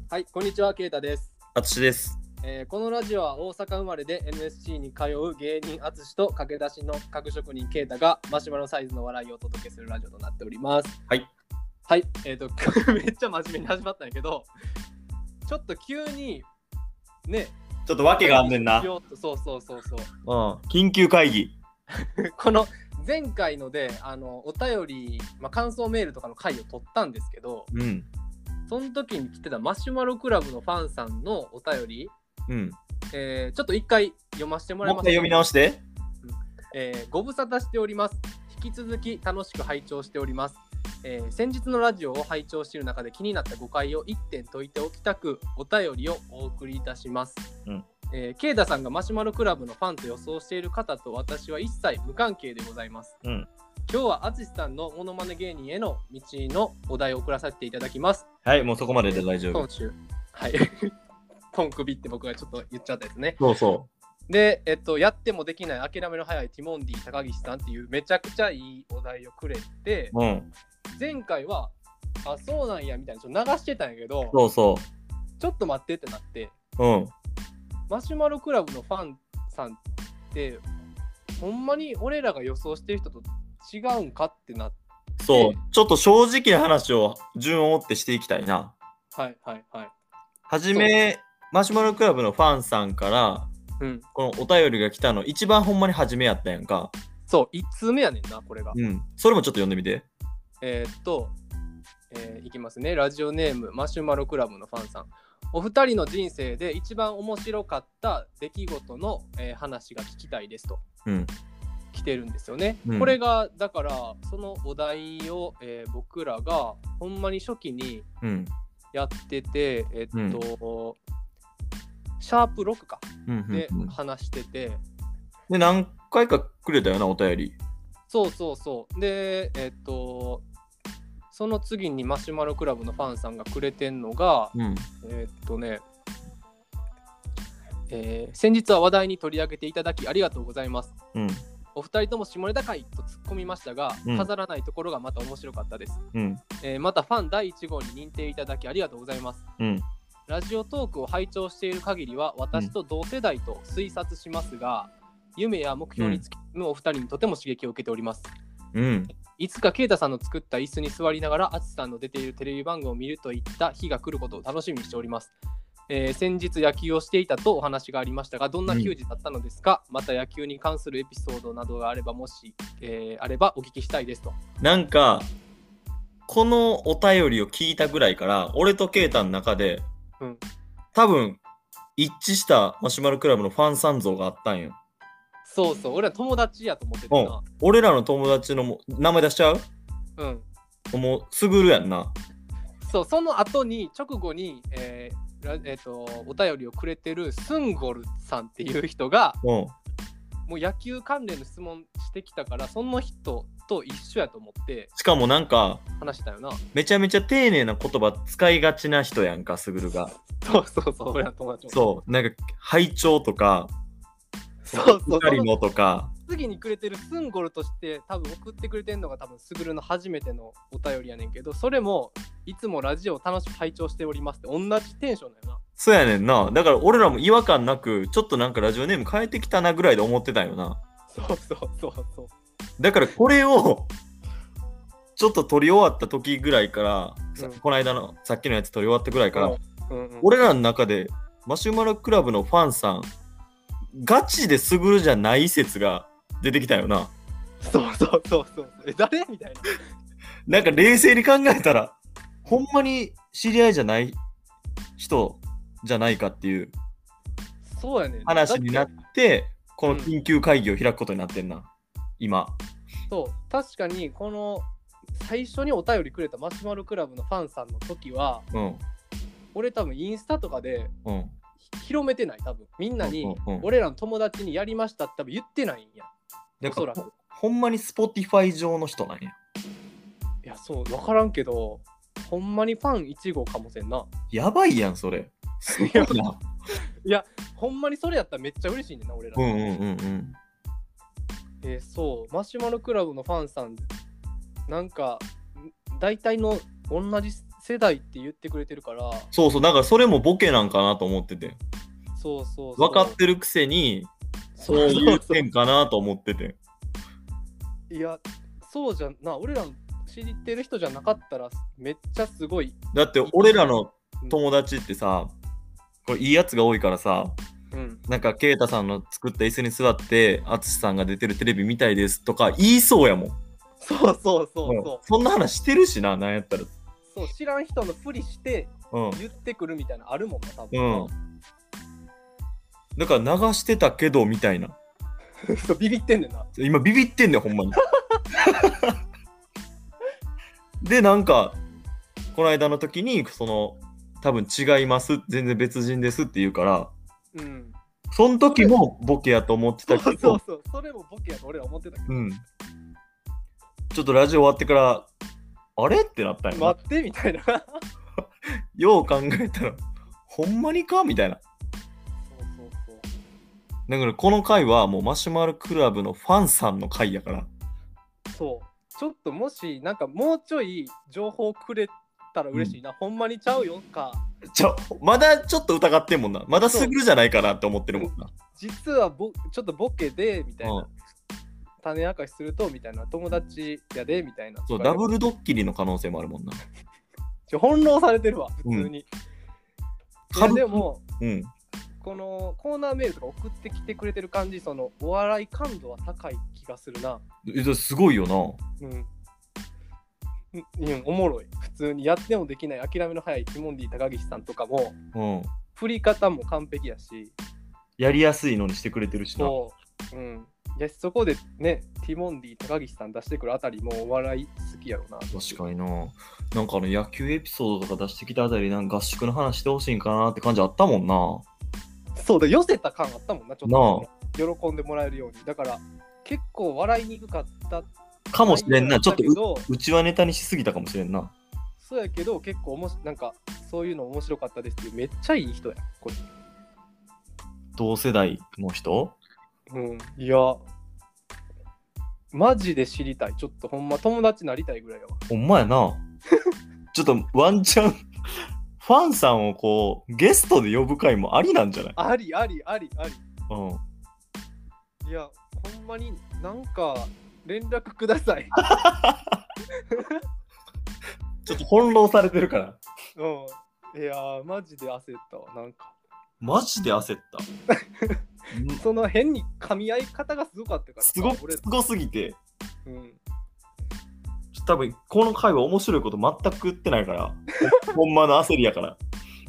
はい、こんにちは、ケイタです。 あつしです。 このラジオは大阪生まれで NSC に通う芸人あつしと駆け出しの各職人ケイタがマシュマロサイズの笑いをお届けするラジオとなっております。 はい。 はい、めっちゃ真面目に始まったんやけど、ちょっと急にね、 ちょっと訳があんねんな。 そう。 緊急会議。 この前回のでお便り、感想メールとかの回を取ったんですけど、その時に来てたマシュマロクラブのファンさんのお便り、ちょっと一回読ませてもらいます。 もう一回読み直して。 ご無沙汰しております。引き続き楽しく拝聴しております。先日のラジオを拝聴している中で気になった誤解を1点解いておきたくお便りをお送りいたします。ケイダさんがマシュマロクラブのファンと予想している方と私は一切無関係でございます。今日はあつしさんのモノマネ芸人への道のお題を送らせていただきます。 はい、もうそこまでで大丈夫。 今週はいトン首って僕がちょっと言っちゃったですね。 そうで、やってもできない諦めの早いティモンディ高岸さんっていうめちゃくちゃいいお題をくれて、前回はそうなんやみたいなちょっと流してたんやけど、ちょっと待ってってなって、マシュマロクラブのファンさんってほんまに俺らが予想してる人と違うんかってなって、 ちょっと正直な話を順を追ってしていきたいな。はじめマシュマロクラブのファンさんから、このお便りが来たの一番ほんまに初めやったやんか。 そう、1通目やねんなこれが。 それもちょっと読んでみて。 いきますね。ラジオネームマシュマロクラブのファンさん。お二人の人生で一番面白かった出来事の、話が聞きたいですと、来てるんですよね。これがだからそのお題を、僕らがほんまに初期にやってて、シャープ6か、で話してて、 で何回かくれたよなお便り。 そうでその次にマシュマロクラブのファンさんがくれてんのが、先日は話題に取り上げていただきありがとうございます。お二人とも下ネタ会と突っ込みましたが、飾らないところがまた面白かったです。またファン第1号に認定いただきありがとうございます。ラジオトークを拝聴している限りは私と同世代と推察しますが、夢や目標につきむお二人にとても刺激を受けております。いつかケイタさんの作った椅子に座りながらアツさんの出ているテレビ番組を見るといった日が来ることを楽しみにしております。先日野球をしていたとお話がありましたが、どんな球児だったのですか？また野球に関するエピソードなどがあればもし、あればお聞きしたいですと。 なんかこのお便りを聞いたぐらいから俺とケイタの中で、多分一致したマシュマロクラブのファンさん像があったんよ。 そう俺ら友達やと思ってたな。 俺らの友達の名前出しちゃう？もうすぐるやんな。 その後に直後に、お便りをくれてるスンゴルさんっていう人が、もう野球関連の質問してきたからその人と一緒やと思って、 しかもなんか話したよな。 めちゃめちゃ丁寧な言葉使いがちな人やんか、スグルが。 そう俺ら友達もそうなんか拝聴とか光もとか、 次にくれてるスンゴルとして多分送ってくれてんのが多分スグルの初めてのお便りやねんけど、それもいつもラジオを楽しく拝聴しておりますって同じテンションだよな。 そうやねんな。だから俺らも違和感なくちょっとなんかラジオネーム変えてきたなぐらいで思ってたよな。 そうだからこれをちょっと撮り終わった時ぐらいから、この間のさっきのやつ撮り終わったぐらいから、俺らの中でマシュマロクラブのファンさんガチでスグルじゃない説が出てきたよな。 そう誰みたいな。 なんか冷静に考えたらほんまに知り合いじゃない人じゃないかっていう話になって、この緊急会議を開くことになってんな、今。 そう確かにこの最初にお便りくれたマシュマロクラブのファンさんの時は、俺多分インスタとかで、広めてない、多分みんなに、俺らの友達にやりましたって多分言ってないんや。 だからほんまに Spotify 上の人なんや。 いや分からんけどほんまにファン1号かもせんな。やばいやんそれ。 いやほんまにそれやったらめっちゃ嬉しいねんな俺ら。そうマシュマロクラブのファンさんなんか大体の同じ世代って言ってくれてるから。 そうそう、だからそれもボケなんかなと思ってて。 そうそうそう。 分かってるくせに、そういう点かなと思ってて。 いや、そうじゃな、俺らの知ってる人じゃなかったらめっちゃすごい。 だって俺らの友達ってさ、これいいやつが多いからさ、なんかケイタさんの作った椅子に座って淳さんが出てるテレビみたいですとか言いそうやもん。 そうそうそうそう。 そんな話してるしな、なんやったら。 そう、知らん人のふりして言ってくるみたいなあるもんな、多分。 だから流してたけどみたいな。 ビビってんねんな。 今ビビってんねん、ほんまに。で、なんか、この間の時に、多分違います、全然別人ですって言うから、その時もボケやと思ってたけど、 そう、それもボケやと俺は思ってたけど、 ちょっとラジオ終わってから、あれってなったんや。 待ってみたいな。 よう考えたら、ほんまにかみたいな。だからこの回はもうマシュマロクラブのファンさんの回やから。 そう。ちょっともしなんかもうちょい情報くれたら嬉しいな。ほんまにちゃうよか。 まだちょっと疑ってんもんな。まだすぐるじゃないかなって思ってるもんな。 実はちょっとボケでみたいな。種明かしするとみたいな、友達やでみたいな。 そう、ダブルドッキリの可能性もあるもんな。 翻弄されてるわ、普通に。でも、このコーナーメールとか送ってきてくれてる感じ、お笑い感度は高い気がするな。 すごいよな。 おもろい。普通にやってもできない諦めの早いティモンディ高岸さんとかも、振り方も完璧やし、 やりやすいのにしてくれてるしな。 いや、そこでね、ティモンディ高岸さん出してくるあたりもお笑い好きやろな。 確かにな。なんか野球エピソードとか出してきたあたり、なんか合宿の話してほしいんかなって感じあったもんな。 そうだ、寄せた感あったもんな、ちょっと喜んでもらえるように。だから結構笑いにくかったかもしれんな。ちょっとうちはネタにしすぎたかもしれんな。 そうやけど結構なんかそういうの面白かったですっていうめっちゃいい人やこれ。 同世代の人？ いやマジで知りたい。ちょっとほんま友達なりたいぐらいやわ。 ほんまやな。ちょっとワンチャンファンさんをこうゲストで呼ぶ回もありなんじゃない？ あり。いやほんまになんか連絡ください。 ちょっと翻弄されてるから。 いやマジで焦ったわ。なんかマジで焦った。 その変に噛み合い方がすごかったから。すごすぎて。多分この回は面白いこと全く言ってないから。ほんまの焦りやから。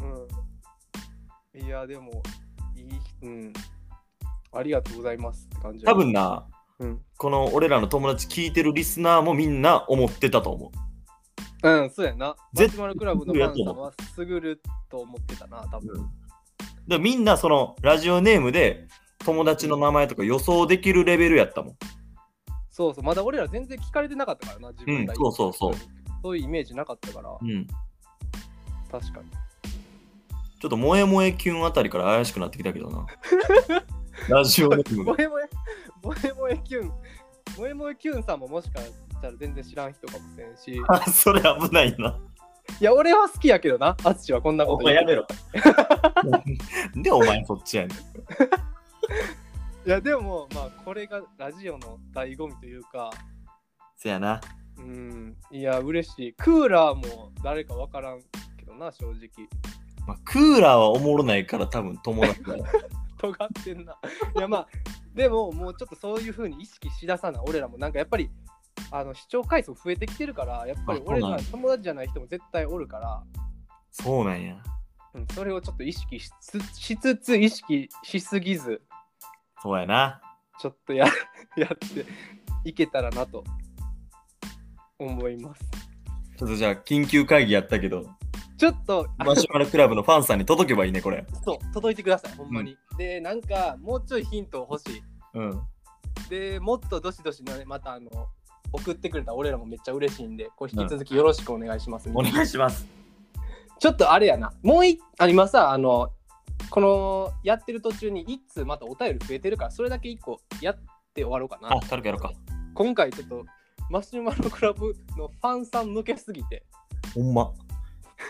いやでもいい、ありがとうございますって感じ。 多分な、この俺らの友達聞いてるリスナーもみんな思ってたと思う。 そうやな。マシュマロクラブのファンさんはすぐると思ってたな、多分。 でみんなそのラジオネームで友達の名前とか予想できるレベルやったもん。 そう、まだ俺ら全然聞かれてなかったからな、自分ら。そういうイメージなかったから。確かに。 ちょっと萌え萌えキュンあたりから怪しくなってきたけどな。ラジオネームが。 萌え萌えキュンさんももしかしたら全然知らん人かもしれんし。 それ危ないな。 いや、俺は好きやけどな、あつしはこんなこと言う。お前やめろ。で、お前そっちやねん。 いや、でも、まあ、これがラジオの醍醐味というか。 せやな。 いや、嬉しい。クーラーも誰かわからんけどな、正直。 まあ、クーラーはおもろないから多分友達だよ。 尖ってんな。いや、まあ、でも、もうちょっとそういう風に意識しださな、俺らも。なんかやっぱり、視聴回数増えてきてるから、やっぱり俺ら友達じゃない人も絶対おるから。 そうなんや。 それをちょっと意識しつつ、意識しすぎず。 そうやな。 ちょっとやっていけたらなと思います。 ちょっとじゃあ緊急会議やったけど、 ちょっとマシュマロクラブのファンさんに届けばいいねこれ。 そう、届いてくださいほんまに。で、なんかもうちょいヒント欲しい。で、もっとどしどしね、また送ってくれた俺らもめっちゃ嬉しいんで、これ引き続きよろしくお願いします。 お願いします。 ちょっとあれやな、もう今さ、このやってる途中に1通またお便り増えてるから、それだけ1個やって終わろうかな。 軽くやろうか。 今回ちょっとマシュマロクラブのファンさん抜けすぎて、 ほんま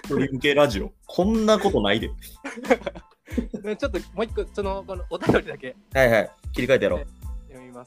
一人向けラジオ。こんなことないで。 ちょっともう一個、このお便りだけ。 はいはい。切り替えてやろう。 読みます。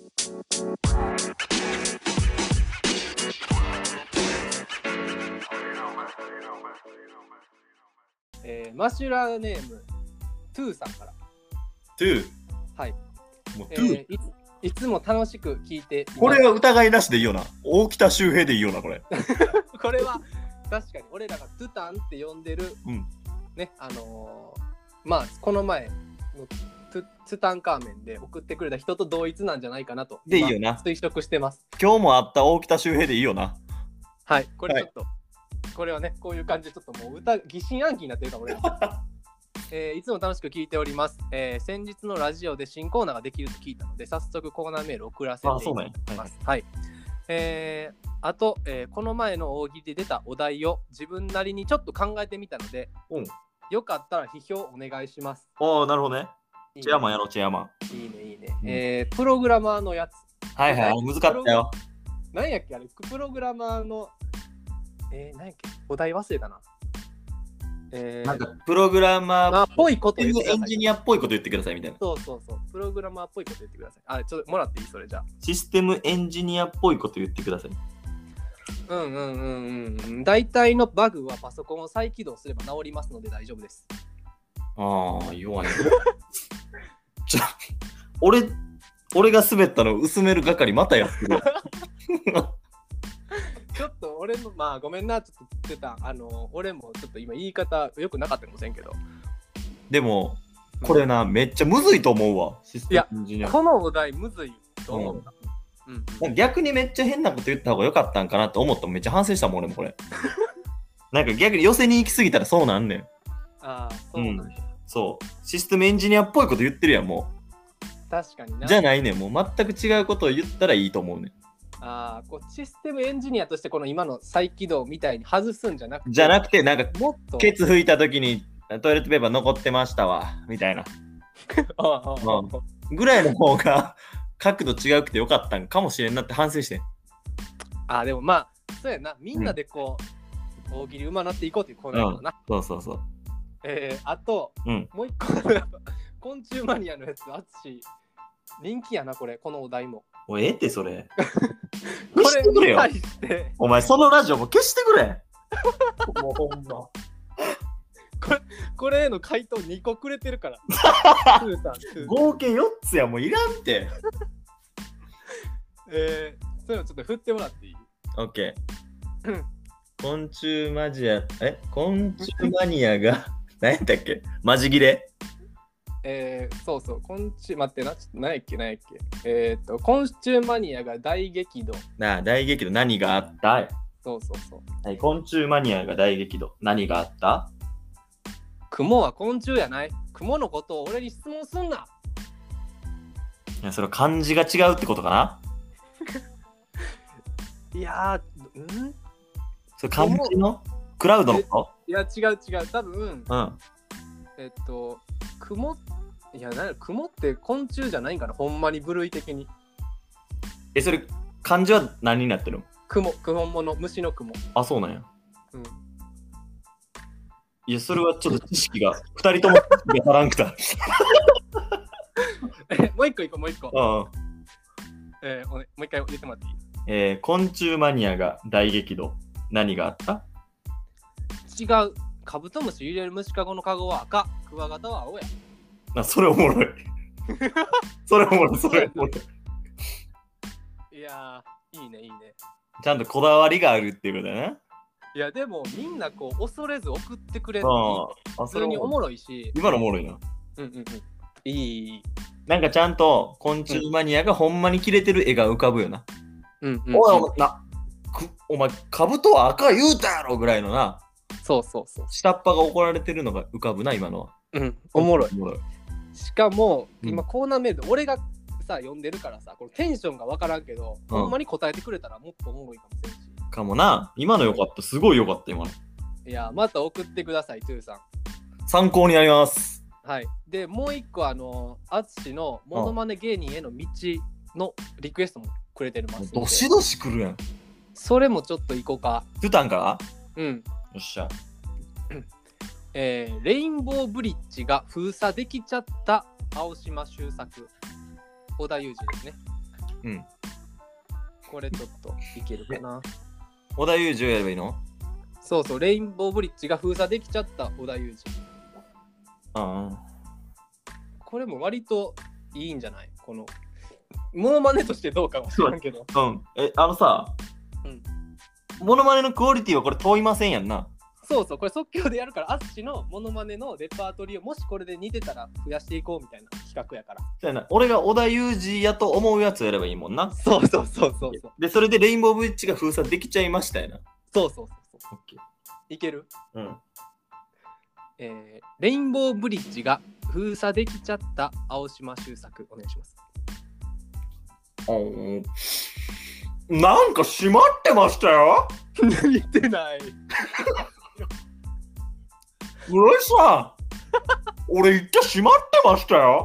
マシュラネーム、トゥーさんから。 トゥー。 はい。 もうトゥー。 いつも楽しく聞いています。 これは疑いなしでいいよな。大北周平でいいよな、これ。 これは確かに俺らがトゥタンって呼んでる、ね、まあこの前ツタンカーメンで送ってくれた人と同一なんじゃないかなとでいいよな推測してます。 今日もあった大北周平でいいよな。 はい、これちょっと、これはね、こういう感じでちょっともう疑心暗鬼になってるかも俺いつも楽しく聞いております。先日のラジオで新コーナーができると聞いたので、早速コーナーメールを送らせていただきます。はい。あと、この前の大喜利で出たお題を自分なりにちょっと考えてみたので、よかったら批評お願いします。 おー、なるほどね。チェアマンやろ、チェアマン。 いいね、いいね。プログラマーのやつ。 はいはい、難かったよ。 何やっけあれ、プログラマーの、何やっけお題忘れたな。 なんかプログラマーっぽいこと言ってください。 エンジニアっぽいこと言ってくださいみたいな。 そう。プログラマーっぽいこと言ってください。あ、ちょっともらっていいそれじゃあ。 システムエンジニアっぽいこと言ってください。 大体のバグはパソコンを再起動すれば治りますので大丈夫です。 ああ、弱い。俺が滑ったの薄める係またやってる。 ちょっと俺のまあごめんなちょっと言ってた俺もちょっと今言い方よくなかったかもしれんけど。 でもこれな、めっちゃむずいと思うわ。システムエンジニア。 このお題むずいと思った。 逆にめっちゃ変なこと言った方が良かったんかなと思ったもめっちゃ反省したもん俺もこれ。なんか逆に寄せに行き過ぎたらそうなんねん。 ああ、そうなんや。 そう。システムエンジニアっぽいこと言ってるやんもう。確かにな。 じゃないねん。もう全く違うことを言ったらいいと思うねん。 ああ、こうシステムエンジニアとしてこの今の再起動みたいに外すんじゃなくてなんかもっとケツ拭いた時にトイレットペーパー残ってましたわみたいなぐらいの方が角度違うくてよかったんかもしれんなって反省してん。 あ、でもまあそうやな、みんなでこう、大喜利馬なっていこうっていうコーナーだからな。 そう。 あと、もう一個昆虫マニアのやつあっし人気やなこのお題も。 おい、ってそれ。 これに対して。 お前そのラジオも消してくれ。もうほんま。 これへの回答2個くれてるから。 合計4つやもういらんって。 そういうのちょっと振ってもらっていい？ OK。昆虫マニアが何やったっけ？マジギレ？ そう、昆虫、待ってな、ちょっと何やっけ。昆虫マニアが大激怒。 大激怒、何があった？ そう。 はい、昆虫マニアが大激怒、何があった？ クモは昆虫やない。クモのことを俺に質問すんな。 いや、それ漢字が違うってことかな？ いやそれ漢字のクラウドのこと？ いや、違う。多分、クモ、いや、クモって昆虫じゃないんかな、ほんまに部類的に。 それ、漢字は何になってるの？ クモもの、虫のクモ。 あ、そうなんや。いや、それはちょっと知識が、2人とも知識が足らんくた。 もう一個。もう一回言ってもらっていい？ 昆虫マニアが大激怒、何があった？ 違う。カブトムシ入れる虫かごのカゴは赤、クワガタは青や。 それおもろい。それおもろい。 いやー、いいね。 ちゃんとこだわりがあるっていうことだね。 いや、でもみんなこう恐れず送ってくれるの普通におもろいし。 今のおもろいな。 いい。 なんかちゃんと昆虫マニアがほんまにキレてる絵が浮かぶよな。お前カブトは赤言うたやろぐらいのな。 そう。 下っ端が怒られてるのが浮かぶな、今のは。 おもろい。しかも、今コーナーメールで俺がさ、読んでるからさ、このテンションが分からんけど、ほんまに答えてくれたらもっとおもろいかもしれんし。 かもな。今のよかった。すごいよかった、今の。 いや、また送ってください、トゥーさん。 参考になります。 はい。で、もう一個、アツシのモノマネ芸人への道のリクエストもくれてますので。 どしどし来るやん。 それもちょっと行こうか。 トゥタンから？ よっしゃ。 レインボーブリッジが封鎖できちゃった青島周作。織田裕二ですね。 うん。 これちょっといけるかな。 織田裕二をやればいいの？ そうそう、レインボーブリッジが封鎖できちゃった織田裕二。ああ。 これも割といいんじゃない？このモノマネとしてどうかもしれんけど。 うん。モノマネのクオリティはこれ問いませんやんな。 そうそう、これ即興でやるから、アッシのモノマネのレパートリーをもしこれで似てたら増やしていこうみたいな企画やから。 そうやな。俺が織田裕二やと思うやつをやればいいもんな。 そうそうそうそう。 で、それでレインボーブリッジが封鎖できちゃいましたよな。 そうそうそう。 オッケー。 いける？ うん。 レインボーブリッジが封鎖できちゃった青島周作、お願いします。 なんか閉まってましたよ。 似てない。 室井さん、俺言って閉まってましたよ。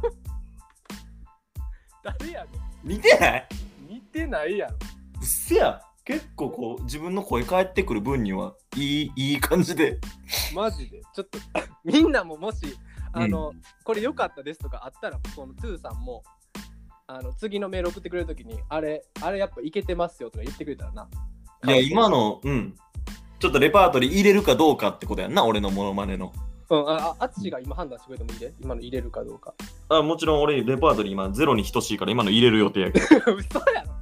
誰やねん。似てない？ 似てないやろ。 うっせや。結構こう自分の声返ってくる分にはいい感じで。 マジでちょっとみんなももしこれ良かったですとかあったら、このトゥーさんも次のメール送ってくれるときにあれやっぱいけてますよとか言ってくれたらな。 いや今のちょっとレパートリー入れるかどうかってことやんな、俺のモノマネの。 あつしが今判断してくれてもいいで、今の入れるかどうか。 もちろん俺レパートリー今ゼロに等しいから今の入れる予定やけど。 嘘やろ。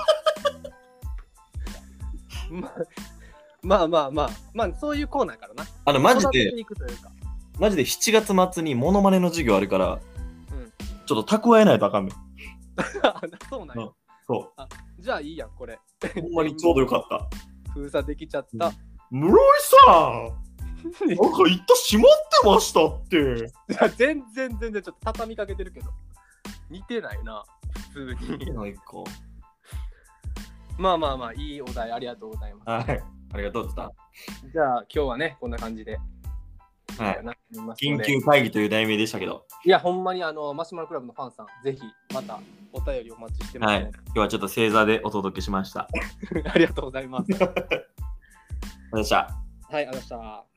まあそういうコーナーからな。 マジで7月末にモノマネの授業あるから、ちょっと蓄えないとあかんねん。 そうなんや。 そう。 じゃあいいやん、これ。 ほんまにちょうどよかった。 封鎖できちゃった。 室井さん、なんか言った閉まってましたって。 いや全然ちょっと畳みかけてるけど。似てないな、普通に。 似てないか。 まあ、いいお題ありがとうございます。 はい。ありがとう。 じゃあ今日はね、こんな感じで。 はい。緊急会議という題名でしたけど。 いや、ほんまにマシュマロクラブのファンさん、ぜひまたお便りお待ちしてます、ね。 はい。今日はちょっと正座でお届けしました。 ありがとうございます。 ありがとうございました。 はい、ありがとうございました。